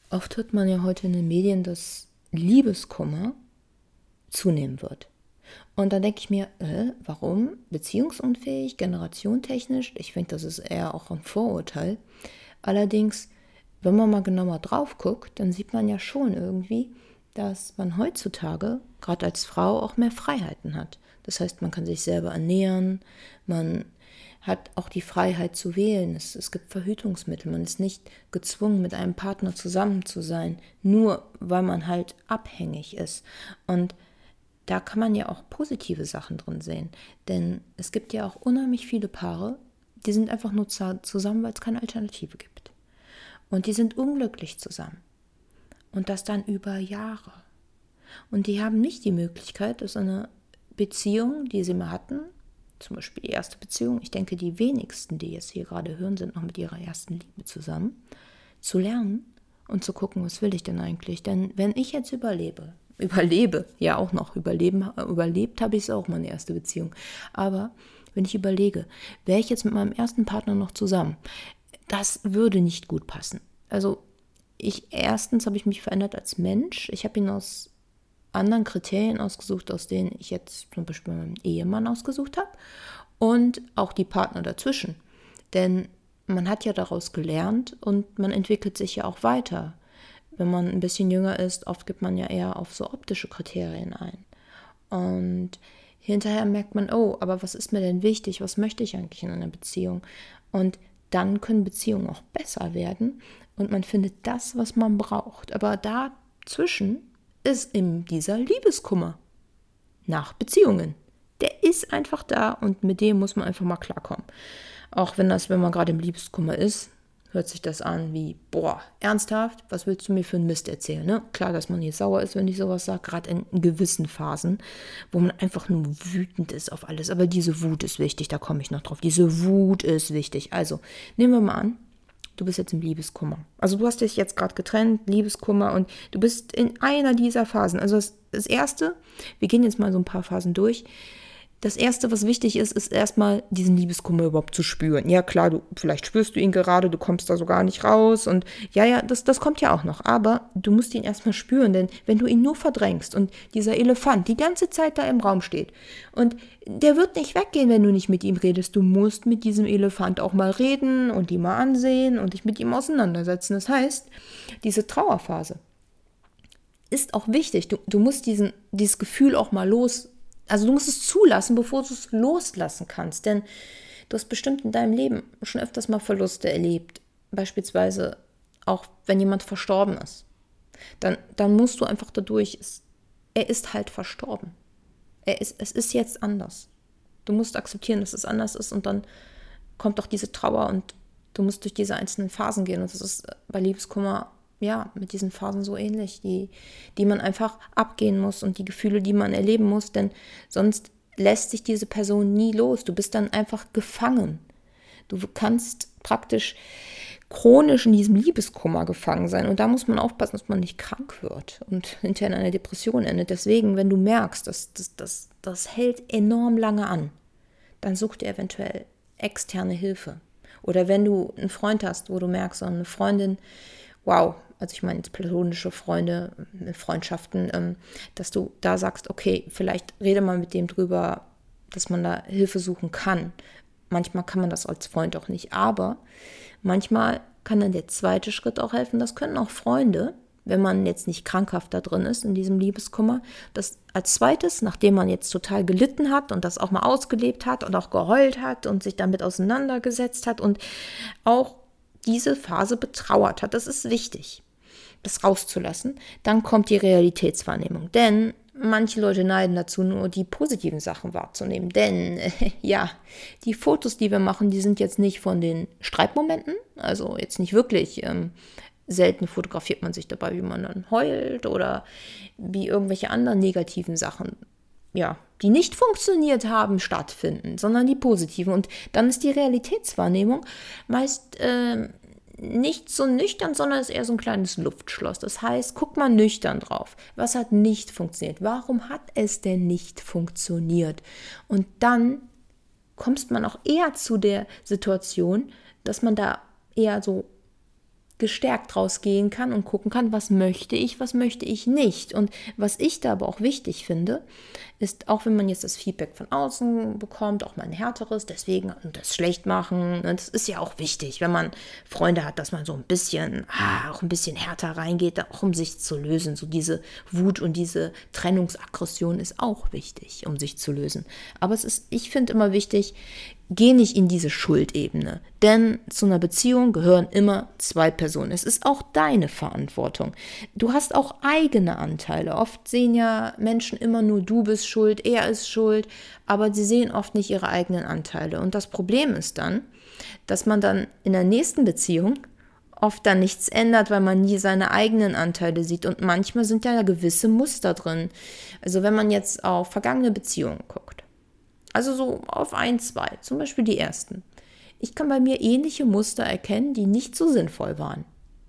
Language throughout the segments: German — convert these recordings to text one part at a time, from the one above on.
Oft hört man ja heute in den Medien, dass Liebeskummer zunehmen wird. Und dann denke ich mir, warum? Beziehungsunfähig, generationentechnisch? Ich finde, das ist eher auch ein Vorurteil. Allerdings, wenn man mal genauer drauf guckt, dann sieht man ja schon irgendwie, dass man heutzutage, gerade als Frau, auch mehr Freiheiten hat. Das heißt, man kann sich selber ernähren, man hat auch die Freiheit zu wählen. Es gibt Verhütungsmittel. Man ist nicht gezwungen, mit einem Partner zusammen zu sein, nur weil man halt abhängig ist. Und da kann man ja auch positive Sachen drin sehen. Denn es gibt ja auch unheimlich viele Paare, die sind einfach nur zusammen, weil es keine Alternative gibt. Und die sind unglücklich zusammen. Und das dann über Jahre. Und die haben nicht die Möglichkeit, aus einer Beziehung, die sie mal hatten, zum Beispiel die erste Beziehung, ich denke, die wenigsten, die jetzt hier gerade hören, sind noch mit ihrer ersten Liebe zusammen, zu lernen und zu gucken, was will ich denn eigentlich? Denn wenn ich jetzt überlebe, ja auch noch, überlebt habe ich es auch, meine erste Beziehung, aber wenn ich überlege, wäre ich jetzt mit meinem ersten Partner noch zusammen, das würde nicht gut passen. Also erstens habe ich mich verändert als Mensch, ich habe ihn aus anderen Kriterien ausgesucht, aus denen ich jetzt zum Beispiel meinen Ehemann ausgesucht habe und auch die Partner dazwischen. Denn man hat ja daraus gelernt und man entwickelt sich ja auch weiter. Wenn man ein bisschen jünger ist, oft gibt man ja eher auf so optische Kriterien ein. Und hinterher merkt man, oh, aber was ist mir denn wichtig? Was möchte ich eigentlich in einer Beziehung? Und dann können Beziehungen auch besser werden und man findet das, was man braucht. Aber dazwischen ist eben dieser Liebeskummer nach Beziehungen. Der ist einfach da und mit dem muss man einfach mal klarkommen. Auch wenn man gerade im Liebeskummer ist, hört sich das an wie, boah, ernsthaft, was willst du mir für einen Mist erzählen? Ne? Klar, dass man jetzt sauer ist, wenn ich sowas sage, gerade in gewissen Phasen, wo man einfach nur wütend ist auf alles. Aber diese Wut ist wichtig, da komme ich noch drauf. Diese Wut ist wichtig. Also, nehmen wir mal an, du bist jetzt im Liebeskummer. Also du hast dich jetzt gerade getrennt, Liebeskummer, und du bist in einer dieser Phasen. Also das Erste, wir gehen jetzt mal so ein paar Phasen durch. Das Erste, was wichtig ist, ist erstmal diesen Liebeskummer überhaupt zu spüren. Ja klar, vielleicht spürst du ihn gerade, du kommst da so gar nicht raus und ja, das kommt ja auch noch. Aber du musst ihn erstmal spüren, denn wenn du ihn nur verdrängst und dieser Elefant die ganze Zeit da im Raum steht und der wird nicht weggehen, wenn du nicht mit ihm redest. Du musst mit diesem Elefant auch mal reden und ihn mal ansehen und dich mit ihm auseinandersetzen. Das heißt, diese Trauerphase ist auch wichtig. Du musst dieses Gefühl auch mal also du musst es zulassen, bevor du es loslassen kannst. Denn du hast bestimmt in deinem Leben schon öfters mal Verluste erlebt. Beispielsweise auch, wenn jemand verstorben ist. Dann musst du einfach dadurch, er ist halt verstorben. Es ist jetzt anders. Du musst akzeptieren, dass es anders ist und dann kommt auch diese Trauer und du musst durch diese einzelnen Phasen gehen. Und das ist bei Liebeskummer ja, mit diesen Phasen so ähnlich, die man einfach abgehen muss und die Gefühle, die man erleben muss, denn sonst lässt sich diese Person nie los. Du bist dann einfach gefangen. Du kannst praktisch chronisch in diesem Liebeskummer gefangen sein und da muss man aufpassen, dass man nicht krank wird und hinterher in einer Depression endet. Deswegen, wenn du merkst, dass das hält enorm lange an, dann such dir eventuell externe Hilfe. Oder wenn du einen Freund hast, wo du merkst, eine Freundin, wow, also ich meine jetzt platonische Freunde, Freundschaften, dass du da sagst, okay, vielleicht rede mal mit dem drüber, dass man da Hilfe suchen kann. Manchmal kann man das als Freund auch nicht, aber manchmal kann dann der zweite Schritt auch helfen. Das können auch Freunde, wenn man jetzt nicht krankhaft da drin ist in diesem Liebeskummer, das als zweites, nachdem man jetzt total gelitten hat und das auch mal ausgelebt hat und auch geheult hat und sich damit auseinandergesetzt hat und auch diese Phase betrauert hat. Das ist wichtig, das rauszulassen. Dann kommt die Realitätswahrnehmung. Denn manche Leute neigen dazu, nur die positiven Sachen wahrzunehmen. Denn, ja, die Fotos, die wir machen, die sind jetzt nicht von den Streitmomenten. Also jetzt nicht wirklich. Selten fotografiert man sich dabei, wie man dann heult oder wie irgendwelche anderen negativen Sachen, ja, die nicht funktioniert haben, stattfinden, sondern die positiven. Und dann ist die Realitätswahrnehmung meist nicht so nüchtern, sondern ist eher so ein kleines Luftschloss. Das heißt, guck mal nüchtern drauf. Was hat nicht funktioniert? Warum hat es denn nicht funktioniert? Und dann kommst man auch eher zu der Situation, dass man da eher so gestärkt rausgehen kann und gucken kann, was möchte ich nicht. Und was ich da aber auch wichtig finde, ist, auch wenn man jetzt das Feedback von außen bekommt, auch mal ein härteres, deswegen und das schlecht machen, das ist ja auch wichtig, wenn man Freunde hat, dass man so ein bisschen, auch ein bisschen härter reingeht, auch um sich zu lösen. So diese Wut und diese Trennungsaggression ist auch wichtig, um sich zu lösen. Aber ich finde immer wichtig, geh nicht in diese Schuldebene, denn zu einer Beziehung gehören immer zwei Personen. Es ist auch deine Verantwortung. Du hast auch eigene Anteile. Oft sehen ja Menschen immer nur, du bist schuld, er ist schuld, aber sie sehen oft nicht ihre eigenen Anteile. Und das Problem ist dann, dass man dann in der nächsten Beziehung oft dann nichts ändert, weil man nie seine eigenen Anteile sieht. Und manchmal sind ja gewisse Muster drin. Also wenn man jetzt auf vergangene Beziehungen guckt, also so auf 1, 2, zum Beispiel die ersten. Ich kann bei mir ähnliche Muster erkennen, die nicht so sinnvoll waren.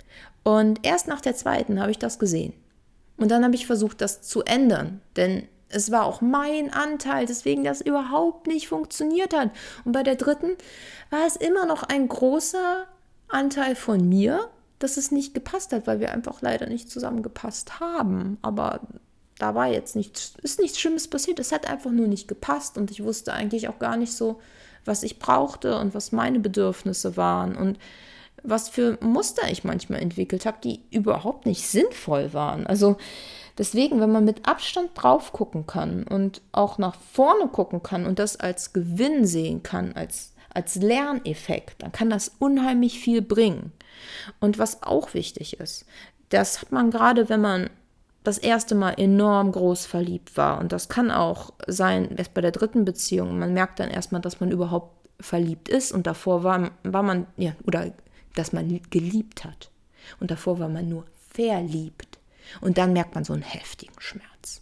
Und erst nach der zweiten habe ich das gesehen. Und dann habe ich versucht, das zu ändern. Denn es war auch mein Anteil, deswegen das überhaupt nicht funktioniert hat. Und bei der dritten war es immer noch ein großer Anteil von mir, dass es nicht gepasst hat, weil wir einfach leider nicht zusammengepasst haben. Aber da war jetzt ist nichts Schlimmes passiert. Es hat einfach nur nicht gepasst und ich wusste eigentlich auch gar nicht so, was ich brauchte und was meine Bedürfnisse waren und was für Muster ich manchmal entwickelt habe, die überhaupt nicht sinnvoll waren. Also deswegen, wenn man mit Abstand drauf gucken kann und auch nach vorne gucken kann und das als Gewinn sehen kann, als Lerneffekt, dann kann das unheimlich viel bringen. Und was auch wichtig ist, das hat man gerade, wenn man das erste Mal enorm groß verliebt war. Und das kann auch sein, erst bei der dritten Beziehung. Man merkt dann erstmal, dass man überhaupt verliebt ist und davor war man, ja, oder dass man geliebt hat. Und davor war man nur verliebt. Und dann merkt man so einen heftigen Schmerz.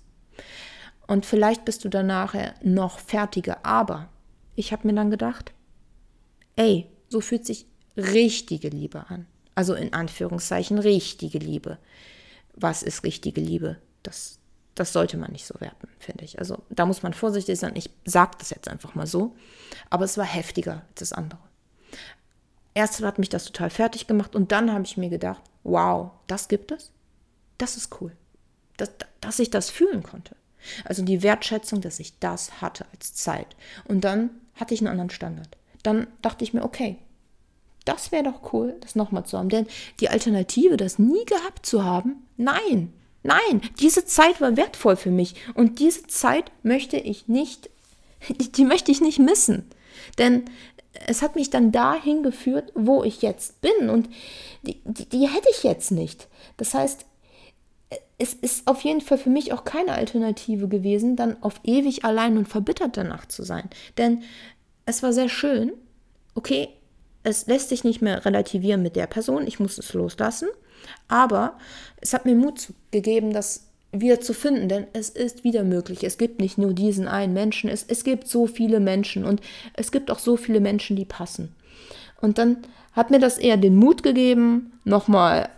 Und vielleicht bist du dann nachher noch fertiger, aber ich habe mir dann gedacht, ey, so fühlt sich richtige Liebe an. Also in Anführungszeichen richtige Liebe. Was ist richtige Liebe? Das sollte man nicht so werten, finde ich. Also da muss man vorsichtig sein. Ich sage das jetzt einfach mal so. Aber es war heftiger als das andere. Erst hat mich das total fertig gemacht und dann habe ich mir gedacht, wow, das gibt es? Das ist cool. Dass ich das fühlen konnte. Also die Wertschätzung, dass ich das hatte als Zeit. Und dann hatte ich einen anderen Standard. Dann dachte ich mir, okay, das wäre doch cool, das nochmal zu haben. Denn die Alternative, das nie gehabt zu haben, nein, diese Zeit war wertvoll für mich. Und diese Zeit möchte ich nicht missen. Denn es hat mich dann dahin geführt, wo ich jetzt bin. Und die hätte ich jetzt nicht. Das heißt, es ist auf jeden Fall für mich auch keine Alternative gewesen, dann auf ewig allein und verbittert danach zu sein. Denn es war sehr schön, okay, es lässt sich nicht mehr relativieren mit der Person, ich muss es loslassen, aber es hat mir Mut gegeben, das wieder zu finden, denn es ist wieder möglich. Es gibt nicht nur diesen einen Menschen, es gibt so viele Menschen und es gibt auch so viele Menschen, die passen. Und dann hat mir das eher den Mut gegeben, nochmal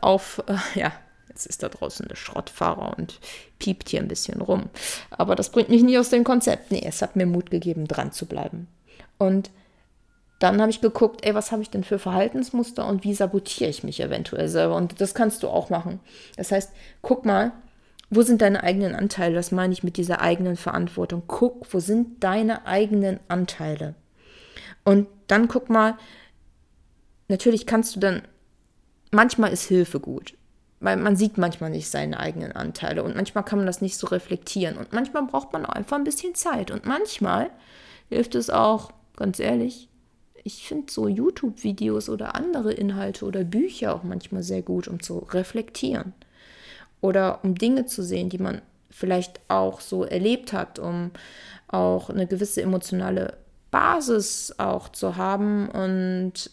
jetzt ist da draußen der Schrottfahrer und piept hier ein bisschen rum. Aber das bringt mich nie aus dem Konzept. Nee, es hat mir Mut gegeben, dran zu bleiben. Und dann habe ich geguckt, was habe ich denn für Verhaltensmuster und wie sabotiere ich mich eventuell selber? Und das kannst du auch machen. Das heißt, guck mal, wo sind deine eigenen Anteile? Das meine ich mit dieser eigenen Verantwortung. Guck, wo sind deine eigenen Anteile? Und dann guck mal, natürlich kannst du dann, manchmal ist Hilfe gut. Weil man sieht manchmal nicht seine eigenen Anteile und manchmal kann man das nicht so reflektieren. Und manchmal braucht man auch einfach ein bisschen Zeit. Und manchmal hilft es auch, ganz ehrlich, ich finde so YouTube-Videos oder andere Inhalte oder Bücher auch manchmal sehr gut, um zu reflektieren. Oder um Dinge zu sehen, die man vielleicht auch so erlebt hat, um auch eine gewisse emotionale Basis auch zu haben und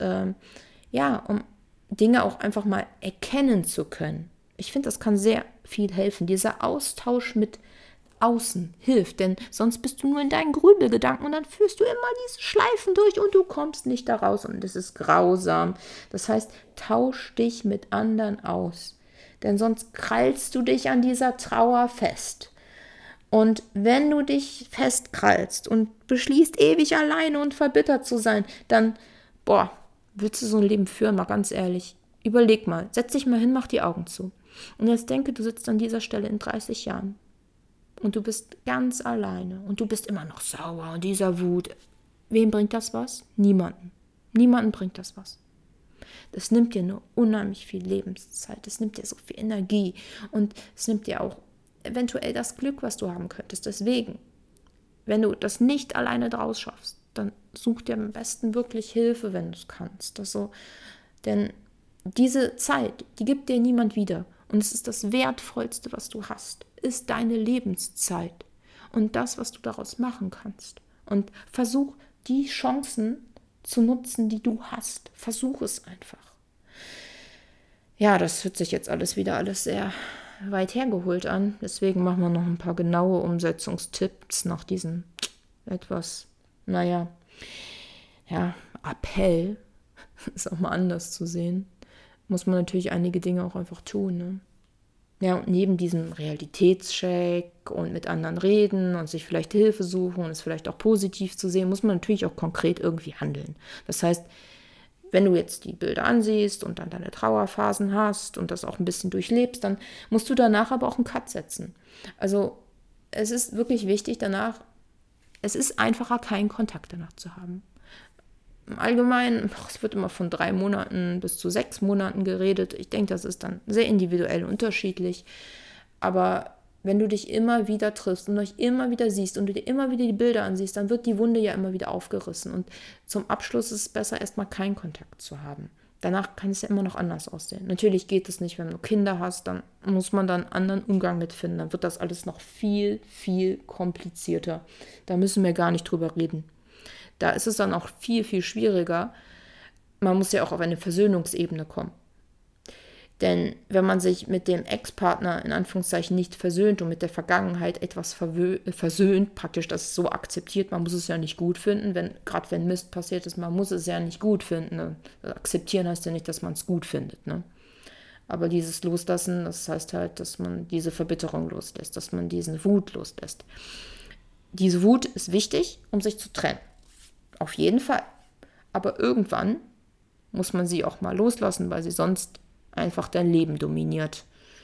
um Dinge auch einfach mal erkennen zu können. Ich finde, das kann sehr viel helfen. Dieser Austausch mit außen hilft, denn sonst bist du nur in deinen Grübelgedanken und dann führst du immer diese Schleifen durch und du kommst nicht da raus und es ist grausam. Das heißt, tausch dich mit anderen aus, denn sonst krallst du dich an dieser Trauer fest. Und wenn du dich festkrallst und beschließt, ewig alleine und verbittert zu sein, dann, willst du so ein Leben führen, mal ganz ehrlich? Überleg mal, setz dich mal hin, mach die Augen zu. Und jetzt denke, du sitzt an dieser Stelle in 30 Jahren und du bist ganz alleine und du bist immer noch sauer und dieser Wut. Wem bringt das was? Niemanden. Niemanden bringt das was. Das nimmt dir nur unheimlich viel Lebenszeit, das nimmt dir so viel Energie und es nimmt dir auch eventuell das Glück, was du haben könntest. Deswegen, wenn du das nicht alleine draus schaffst, dann such dir am besten wirklich Hilfe, wenn du es kannst. Denn diese Zeit, die gibt dir niemand wieder. Und es ist das Wertvollste, was du hast, ist deine Lebenszeit und das, was du daraus machen kannst. Und versuch, die Chancen zu nutzen, die du hast. Versuch es einfach. Ja, das hört sich jetzt alles sehr weit hergeholt an. Deswegen machen wir noch ein paar genaue Umsetzungstipps nach diesem etwas, Appell. Ist auch mal anders zu sehen. Muss man natürlich einige Dinge auch einfach tun. Ne? Ja, und neben diesem Realitätscheck und mit anderen reden und sich vielleicht Hilfe suchen und es vielleicht auch positiv zu sehen, muss man natürlich auch konkret irgendwie handeln. Das heißt, wenn du jetzt die Bilder ansiehst und dann deine Trauerphasen hast und das auch ein bisschen durchlebst, dann musst du danach aber auch einen Cut setzen. Also es ist wirklich wichtig danach, es ist einfacher, keinen Kontakt danach zu haben. Im Allgemeinen, es wird immer von 3 Monaten bis zu 6 Monaten geredet. Ich denke, das ist dann sehr individuell unterschiedlich. Aber wenn du dich immer wieder triffst und euch immer wieder siehst und du dir immer wieder die Bilder ansiehst, dann wird die Wunde ja immer wieder aufgerissen. Und zum Abschluss ist es besser, erstmal keinen Kontakt zu haben. Danach kann es ja immer noch anders aussehen. Natürlich geht es nicht, wenn du Kinder hast, dann muss man dann einen anderen Umgang mitfinden. Dann wird das alles noch viel, viel komplizierter. Da müssen wir gar nicht drüber reden. Da ist es dann auch viel, viel schwieriger. Man muss ja auch auf eine Versöhnungsebene kommen. Denn wenn man sich mit dem Ex-Partner in Anführungszeichen nicht versöhnt und mit der Vergangenheit etwas versöhnt, praktisch das so akzeptiert, man muss es ja nicht gut finden, gerade wenn Mist passiert ist, man muss es ja nicht gut finden. Ne? Akzeptieren heißt ja nicht, dass man es gut findet. Ne? Aber dieses Loslassen, das heißt halt, dass man diese Verbitterung loslässt, dass man diesen Wut loslässt. Diese Wut ist wichtig, um sich zu trennen. Auf jeden Fall. Aber irgendwann muss man sie auch mal loslassen, weil sie sonst einfach dein Leben dominiert.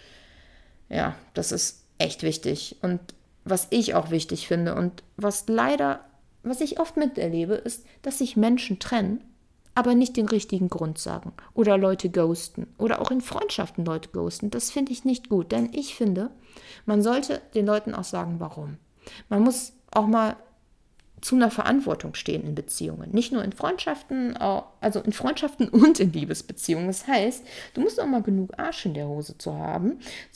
Ja, das ist echt wichtig. Und was ich auch wichtig finde und was ich oft miterlebe, ist, dass sich Menschen trennen, aber nicht den richtigen Grund sagen. Oder Leute ghosten. Oder auch in Freundschaften Leute ghosten. Das finde ich nicht gut. Denn ich finde, man sollte den Leuten auch sagen, warum. Man muss auch mal zu einer Verantwortung stehen in Beziehungen. Nicht nur in Freundschaften, also in Freundschaften und in Liebesbeziehungen. Das heißt, du musst auch mal genug Arsch in der Hose zu haben,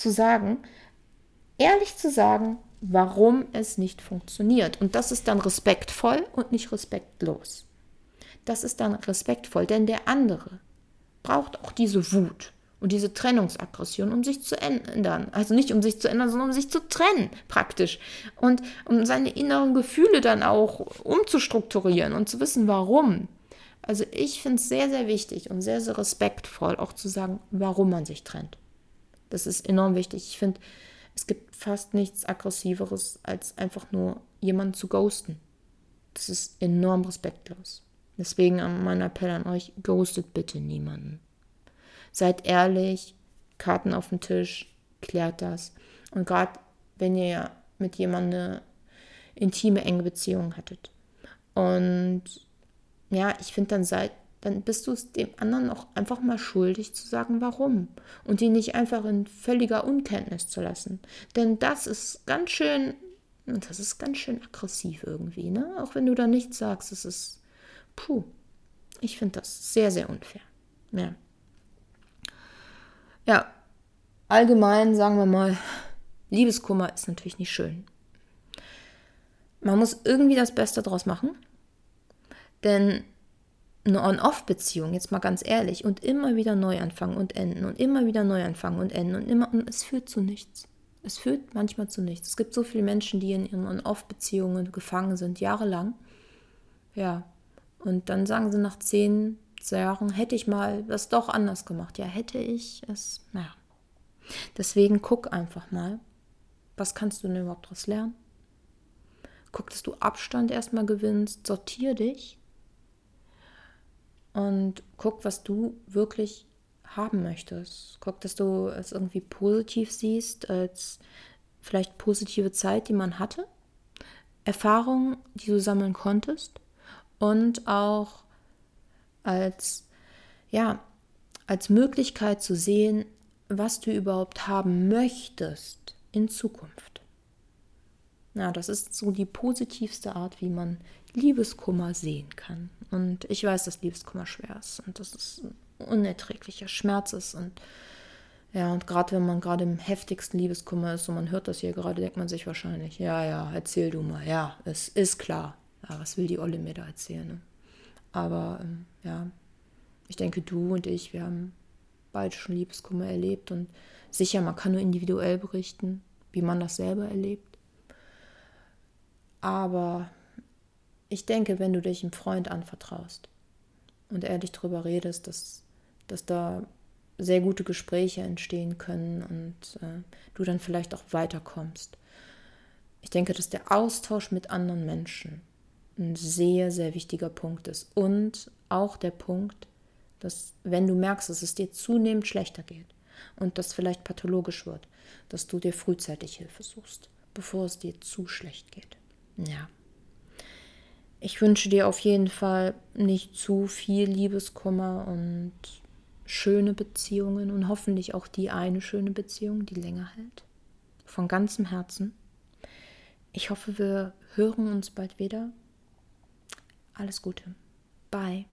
ehrlich zu sagen, warum es nicht funktioniert. Und das ist dann respektvoll und nicht respektlos. Das ist dann respektvoll, denn der andere braucht auch diese Wut und diese Trennungsaggression, um sich zu ändern. Also nicht um sich zu ändern, sondern um sich zu trennen, praktisch. Und um seine inneren Gefühle dann auch umzustrukturieren und zu wissen, warum. Also ich finde es sehr, sehr wichtig und sehr, sehr respektvoll, auch zu sagen, warum man sich trennt. Das ist enorm wichtig. Ich finde, es gibt fast nichts Aggressiveres, als einfach nur jemanden zu ghosten. Das ist enorm respektlos. Deswegen mein Appell an euch, ghostet bitte niemanden. Seid ehrlich, Karten auf den Tisch, klärt das. Und gerade wenn ihr ja mit jemandem eine intime, enge Beziehung hattet. Und ja, ich finde, dann bist du es dem anderen auch einfach mal schuldig zu sagen, warum. Und ihn nicht einfach in völliger Unkenntnis zu lassen. Denn das ist ganz schön aggressiv irgendwie, ne? Auch wenn du da nichts sagst, ich finde das sehr, sehr unfair. Ja. Ja, allgemein sagen wir mal, Liebeskummer ist natürlich nicht schön. Man muss irgendwie das Beste draus machen, denn eine On-Off-Beziehung, jetzt mal ganz ehrlich, und immer wieder neu anfangen und enden und immer wieder neu anfangen und enden und es führt zu nichts. Es führt manchmal zu nichts. Es gibt so viele Menschen, die in ihren On-Off-Beziehungen gefangen sind, jahrelang. Ja, und dann sagen sie nach 10 Jahren, hätte ich mal das doch anders gemacht. Ja, hätte ich es, naja. Deswegen guck einfach mal, was kannst du denn überhaupt daraus lernen? Guck, dass du Abstand erstmal gewinnst, sortier dich und guck, was du wirklich haben möchtest. Guck, dass du es irgendwie positiv siehst, als vielleicht positive Zeit, die man hatte, Erfahrungen, die du sammeln konntest und auch als, ja, als Möglichkeit zu sehen, was du überhaupt haben möchtest in Zukunft. Ja, das ist so die positivste Art, wie man Liebeskummer sehen kann. Und ich weiß, dass Liebeskummer schwer ist und dass es ein unerträglicher Schmerz ist. Und ja, und gerade wenn man gerade im heftigsten Liebeskummer ist und man hört das hier gerade, denkt man sich wahrscheinlich, ja, erzähl du mal. Ja, es ist klar. Ja, was will die Olle mir da erzählen? Ne? Aber ja, ich denke, du und ich, wir haben beide schon Liebeskummer erlebt. Und sicher, man kann nur individuell berichten, wie man das selber erlebt. Aber ich denke, wenn du dich einem Freund anvertraust und ehrlich darüber redest, dass da sehr gute Gespräche entstehen können und du dann vielleicht auch weiterkommst. Ich denke, dass der Austausch mit anderen Menschen ein sehr, sehr wichtiger Punkt ist. Und auch der Punkt, dass wenn du merkst, dass es dir zunehmend schlechter geht und das vielleicht pathologisch wird, dass du dir frühzeitig Hilfe suchst, bevor es dir zu schlecht geht. Ja. Ich wünsche dir auf jeden Fall nicht zu viel Liebeskummer und schöne Beziehungen und hoffentlich auch die eine schöne Beziehung, die länger hält. Von ganzem Herzen. Ich hoffe, wir hören uns bald wieder. Alles Gute. Bye.